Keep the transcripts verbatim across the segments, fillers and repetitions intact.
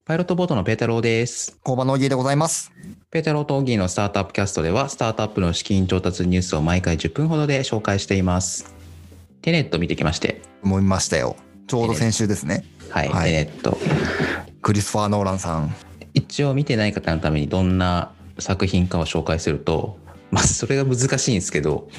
パイロットボートのペータローです。 工場のオギーでございます。 ペータローとオギーのスタートアップキャストでは、スタートアップの資金調達ニュースを毎回じゅっぷんほどで紹介しています。テネット見てきまして。 思いましたよ。ちょうど先週ですね。 はい、はい、テネット。 クリスファー・ノーランさん。 一応見てない方のためにどんな作品かを紹介すると、まあそれが難しいんですけど。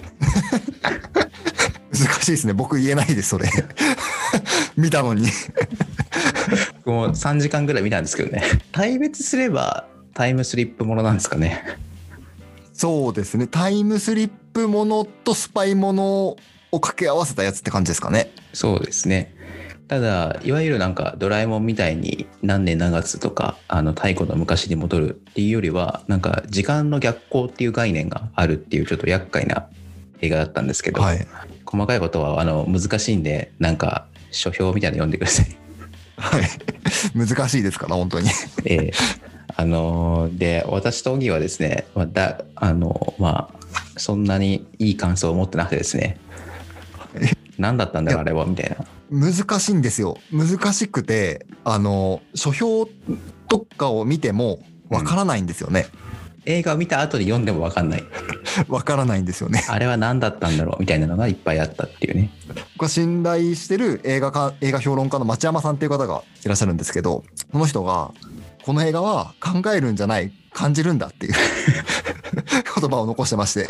難しいですね。僕言えないです、それ。見たのに。 もうさんじかんぐらい見たんですけどね。大別すればタイムスリップものなんですかね。 そうですね。タイムスリップものとスパイものを掛け合わせたやつって感じですかね。 そうですね。ただいわゆるなんかドラえもんみたいに何年何月とかあの太古の昔に戻るっていうよりは、なんか時間の逆行っていう概念があるっていうちょっと厄介な映画だったんですけど、はい、細かいことはあの難しいんで、なんか書評みたいなの読んでください。 はい、難しいですから本当に。 えー、あのー、で私とオギはですね、まあだあのまあそんなにいい感想を持ってなくてですね、何だったんだろうあれはみたいな。 難しいんですよ。難しくて、あの書評とかを見てもわからないんですよね。 うん、映画を見た後に読んでもわかんない。 わからないんですよね。 あれは何だったんだろうみたいなのがいっぱいあったっていうね。 僕は信頼してる映画か映画評論家の町山さんっていう方がいらっしゃるんですけど、その人がこの映画は考えるんじゃない感じるんだっていう言葉を残してまして。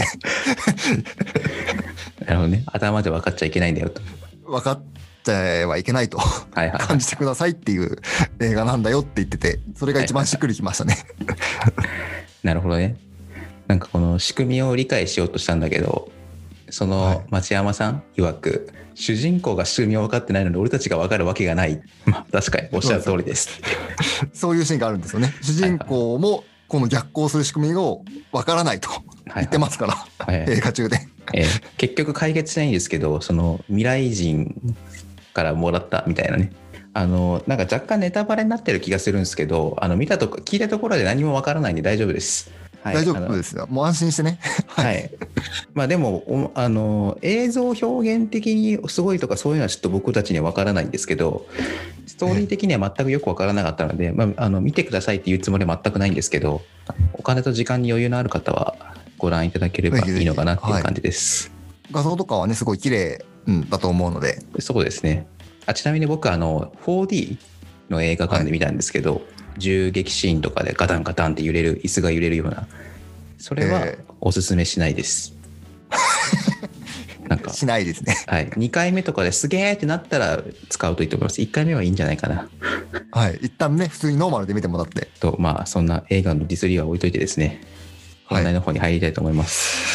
なるほどね。頭で分かっちゃいけないんだよと。 分かっちゃはいけないと感じてくださいっていう映画なんだよって言ってて、それが一番しっくりきましたね。 なるほどね。なんかこの仕組みを理解しようとしたんだけど、その町山さん曰く、はい、主人公が仕組みを分かってないので俺たちが分かるわけがない。まあ確かにおっしゃる通りです。 そういうシーンがあるんですよね。主人公もこの逆行する仕組みを分からないと言ってますから、はいはい、映画中で、 えー、結局解決しないんですけど、その未来人からもらったみたいなね、あのなんか若干ネタバレになってる気がするんですけど、あの見たとこ聞いたところで何も分からないんで大丈夫です。 はい、大丈夫ですよ。もう安心してね。 はい。まあでもあの映像表現的にすごいとかそういうのはちょっと僕たちには分からないんですけど、ストーリー的には全くよく分からなかったので、まあ、あの見てくださいっていうつもりは全くないんですけど、お金と時間に余裕のある方はご覧いただければいいのかなっていう感じです。 はい、画像とかはねすごい綺麗だと思うので。 そうですね。あ、ちなみに僕あの フォーディー の映画館で見たんですけど、はい、銃撃シーンとかでガタンガタンって揺れる椅子が揺れるような、それはおすすめしないです。えー、なんかしないですね。 はい。にかいめとかですげーってなったら使うといいと思います。いっかいめはいいんじゃないかな。 はい。一旦ね普通にノーマルで見てもらってと、まあそんな映画のディスリーは置いといてですね、本題の方に入りたいと思います。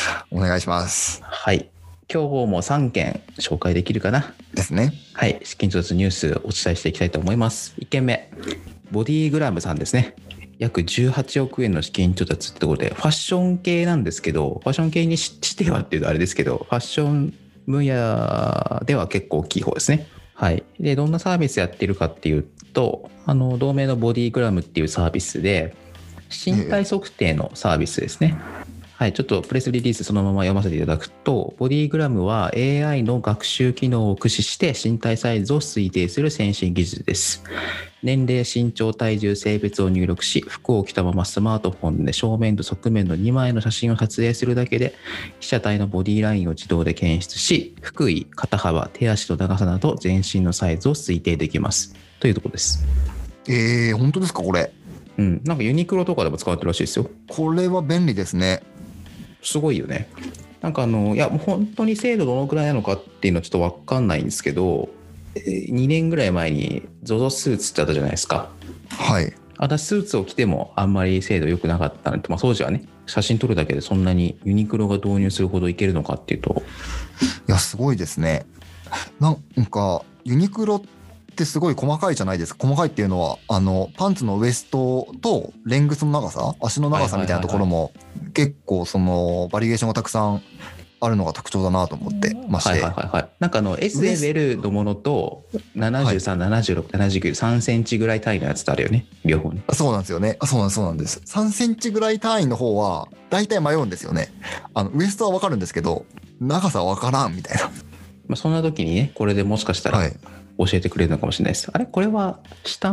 はい、お願いします。 はい。今日もさんけん紹介できるかなですね。 はい。資金調達ニュースお伝えしていきたいと思います。いっけんめ、ボディグラムさんですね。約じゅうはちおくえんの資金調達ってことで、ファッション系なんですけど、ファッション系にしてはっていうとあれですけど、ファッション分野では結構大きい方ですね。はい。で、どんなサービスやってるかっていうと、あの同名のボディグラムっていうサービスで、身体測定のサービスですね。はい、ちょっとプレスリリースそのまま読ませていただくと、ボディグラムは エーアイ の学習機能を駆使して身体サイズを推定する先進技術です。年齢、身長、体重、性別を入力し、服を着たままスマートフォンで正面と側面のにまいの写真を撮影するだけで、被写体のボディラインを自動で検出し、腹囲、肩幅、手足の長さなど全身のサイズを推定できますというところです。 えー、本当ですかこれ。 うん、なんかユニクロとかでも使われてるらしいですよ。 これは便利ですね。 すごいよね。なんかあのいやもう本当に精度どのくらいなのかっていうのはちょっと分かんないんですけど、にねんぐらい前に ゾゾ スーツってあったじゃないですか。 はい。 私スーツを着てもあんまり精度良くなかったので、まあ、当時はね写真撮るだけでそんなにユニクロが導入するほどいけるのかっていうと、 いやすごいですね。なんかユニクロってすごい細かいじゃないですか。細かいっていうのはあのパンツのウエストとレングスの長さ、足の長さみたいなところも結構そのバリエーションがたくさんあるのが特徴だなと思ってまして、 はいはいはいはい、なんかあの エスエムエル のものとななじゅうさん、ななじゅうろく、ななじゅうきゅう、さんセンチぐらい単位のやつってあるよね、両方ね。 そうなんですよね。あ、そうなんですそうなんです。さんセンチぐらい単位の方は大体迷うんですよね。あのウエストは分かるんですけど長さは分からんみたいな。 まあそんな時にね、これでもしかしたら教えてくれるのかもしれないです。はい、あれこれは下も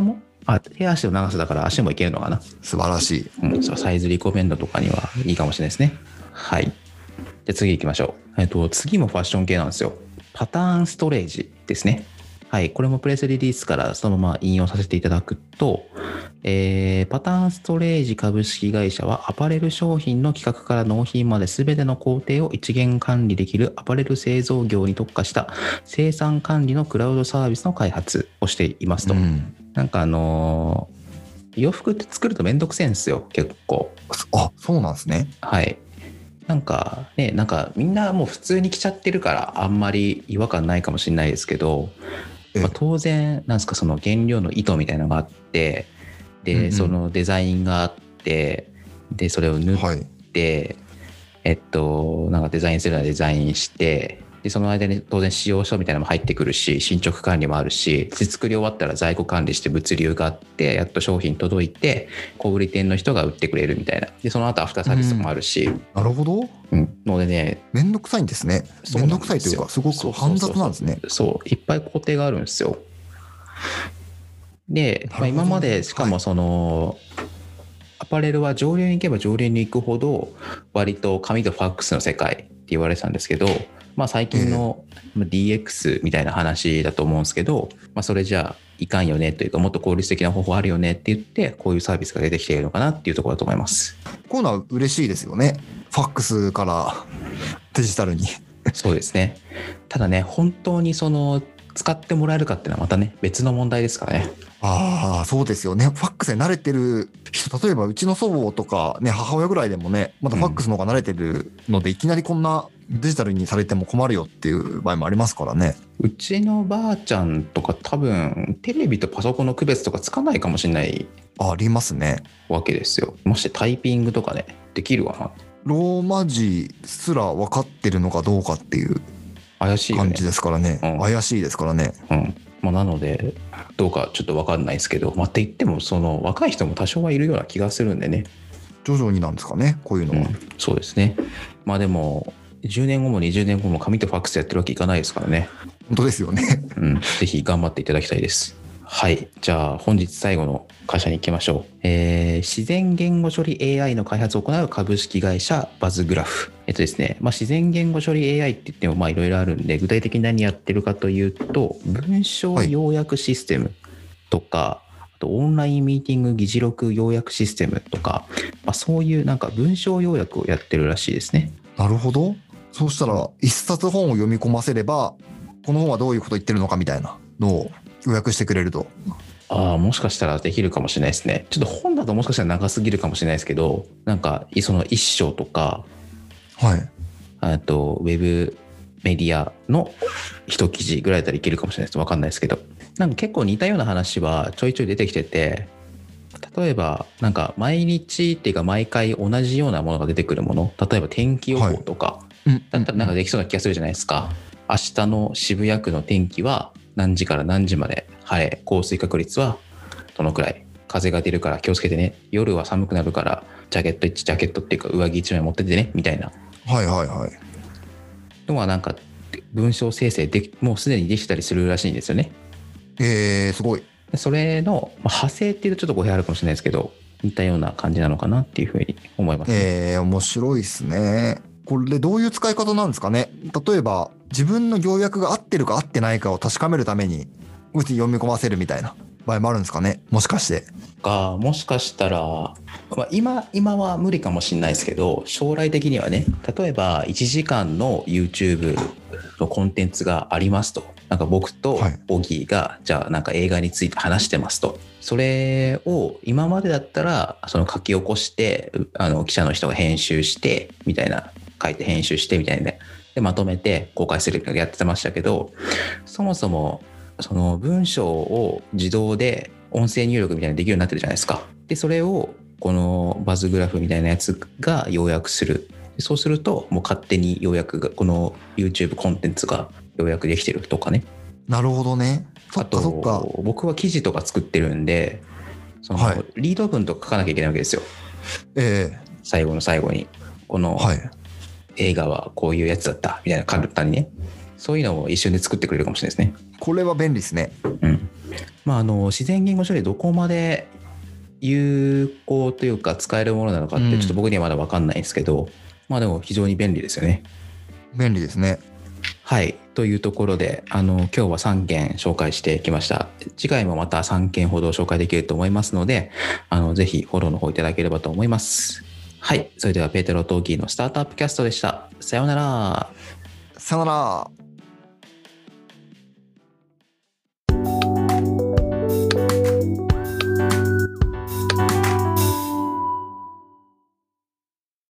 あ、手足の長さだから足もいけるのかな。 素晴らしい。 うん、そうサイズリコメンドとかにはいいかもしれないですね。はい。じゃあ次行きましょう。えっと、次もファッション系なんですよ。パターンストレージですね。はい。これもプレスリリースからそのまま引用させていただくと、えー、パターンストレージ株式会社はアパレル商品の企画から納品まで全ての工程を一元管理できるアパレル製造業に特化した生産管理のクラウドサービスの開発をしていますと。うん、なんかあのー、洋服って作るとめんどくせえんですよ、結構。 あ、そうなんですね。 はい。なんかね、なんかみんなもう普通に着ちゃってるからあんまり違和感ないかもしれないですけど、まあ、当然なんですか、その原料の糸みたいなのがあって、で、うんうん、そのデザインがあって、でそれを縫って、はい、えっとなんかデザインするのはデザインして、でその間に当然使用書みたいなのも入ってくるし、進捗管理もあるし、作り終わったら在庫管理して物流があって、やっと商品届いて小売店の人が売ってくれるみたいな。でその後アフターサービスとかもあるし、うん、 なるほど、 うん、のでね、 めんどくさいんですね。めんどくさいというかすごく煩雑なんですね。 そうそうそうそう、いっぱい工程があるんですよ。で、まあ、今までしかもその、はい、アパレルは上流に行けば上流に行くほど割と紙とファックスの世界って言われてたんですけど、まあ、最近の ディーエックス みたいな話だと思うんですけど、まあ、それじゃあいかんよねというか、もっと効率的な方法あるよねって言って、こういうサービスが出てきているのかなっていうところだと思います。 こういうのは嬉しいですよね。ファックスからデジタルに。 そうですね。ただね、本当にその使ってもらえるかっていうのはまたね、別の問題ですからね。 ああ、そうですよね。ファックスに慣れてる人、例えばうちの祖母とかね、母親ぐらいでもね、まだファックスの方が慣れてるので、うん、いきなりこんなデジタルにされても困るよっていう場合もありますからね。 うちのばあちゃんとか多分テレビとパソコンの区別とかつかないかもしれない。 ありますね。 わけですよ。もしタイピングとかね、できるわな。 ローマ字すら分かってるのかどうかっていう怪しい感じですからね。 うん、 怪しいですからね。 うん。まあ、なのでどうかちょっと分かんないですけど、まあ、って言ってもその若い人も多少はいるような気がするんでね。 徐々になんですかね、こういうのは。 うん、そうですね。まあでもじゅうねんごもにじゅうねんごも紙とファックスやってるわけいかないですからね。 本当ですよね。 うん、ぜひ頑張っていただきたいです。はい。じゃあ本日最後の会社に行きましょう。えー、自然言語処理 エーアイ の開発を行う株式会社バズグラフ。えっとですね、まあ、自然言語処理 エーアイ って言ってもまあいろいろあるんで、具体的に何やってるかというと、文章要約システムとか、はい、あとオンラインミーティング議事録要約システムとか、まあ、そういうなんか文章要約をやってるらしいですね。 なるほど。そうしたら一冊本を読み込ませれば、この本はどういうこと言ってるのかみたいなのを要約してくれると。 ああ、もしかしたらできるかもしれないですね。ちょっと本だともしかしたら長すぎるかもしれないですけど、なんかその一章とか、 はい。 あとウェブメディアの一記事ぐらいだったらいけるかもしれないです。わかんないですけど、なんか結構似たような話はちょいちょい出てきてて、例えばなんか毎日っていうか毎回同じようなものが出てくるもの、例えば天気予報とか、はい、だったらなんかできそうな気がするじゃないですか。明日の渋谷区の天気は何時から何時まで晴れ、降水確率はどのくらい、風が出るから気をつけてね、夜は寒くなるからジャケットジャケットっていうか上着一枚持っててねみたいな。 はいはいはい。 のはなんか文章生成でもうすでにできたりするらしいんですよね。 えー、すごい。 それの派生っていうとちょっと語弊あるかもしれないですけど、似たような感じなのかなっていうふうに思います、ね。 えー、面白いですね。これどういう使い方なんですかね。例えば自分の要約が合ってるか合ってないかを確かめるために読み込ませるみたいな場合もあるんですかね。もしかしてがもしかしたら、まあ、今今は無理かもしれないですけど、将来的にはね、例えばいちじかんの YouTube のコンテンツがありますと、なんか僕とオギーがじゃあなんか映画について話してますと、それを今までだったらその書き起こしてあの記者の人が編集してみたいな、書いて編集してみたいなでまとめて公開するってやってましたけど、そもそもその文章を自動で音声入力みたいなできるようになってるじゃないですか。でそれをこのバズグラフみたいなやつが要約する。そうするともう勝手に要約がこの YouTube コンテンツが要約できてるとかね。 なるほどね。 あと僕は記事とか作ってるんで、そのリード文とか書かなきゃいけないわけですよ。 ええ、 最後の最後にこの映画はこういうやつだったみたいな簡単にね、そういうのを一瞬で作ってくれるかもしれないですね。 これは便利ですね。 うん。 まあ、あの自然言語処理どこまで有効というか使えるものなのかってちょっと僕にはまだ分かんないんですけど、うん、まあでも非常に便利ですよね。 便利ですね。 はい、というところであの今日はさんけん紹介してきました。次回もまたさんけんほど紹介できると思いますので、あのぜひフォローの方いただければと思います。はい、それではペーテロ・トーキーのスタートアップキャストでした。さようなら。 さようなら。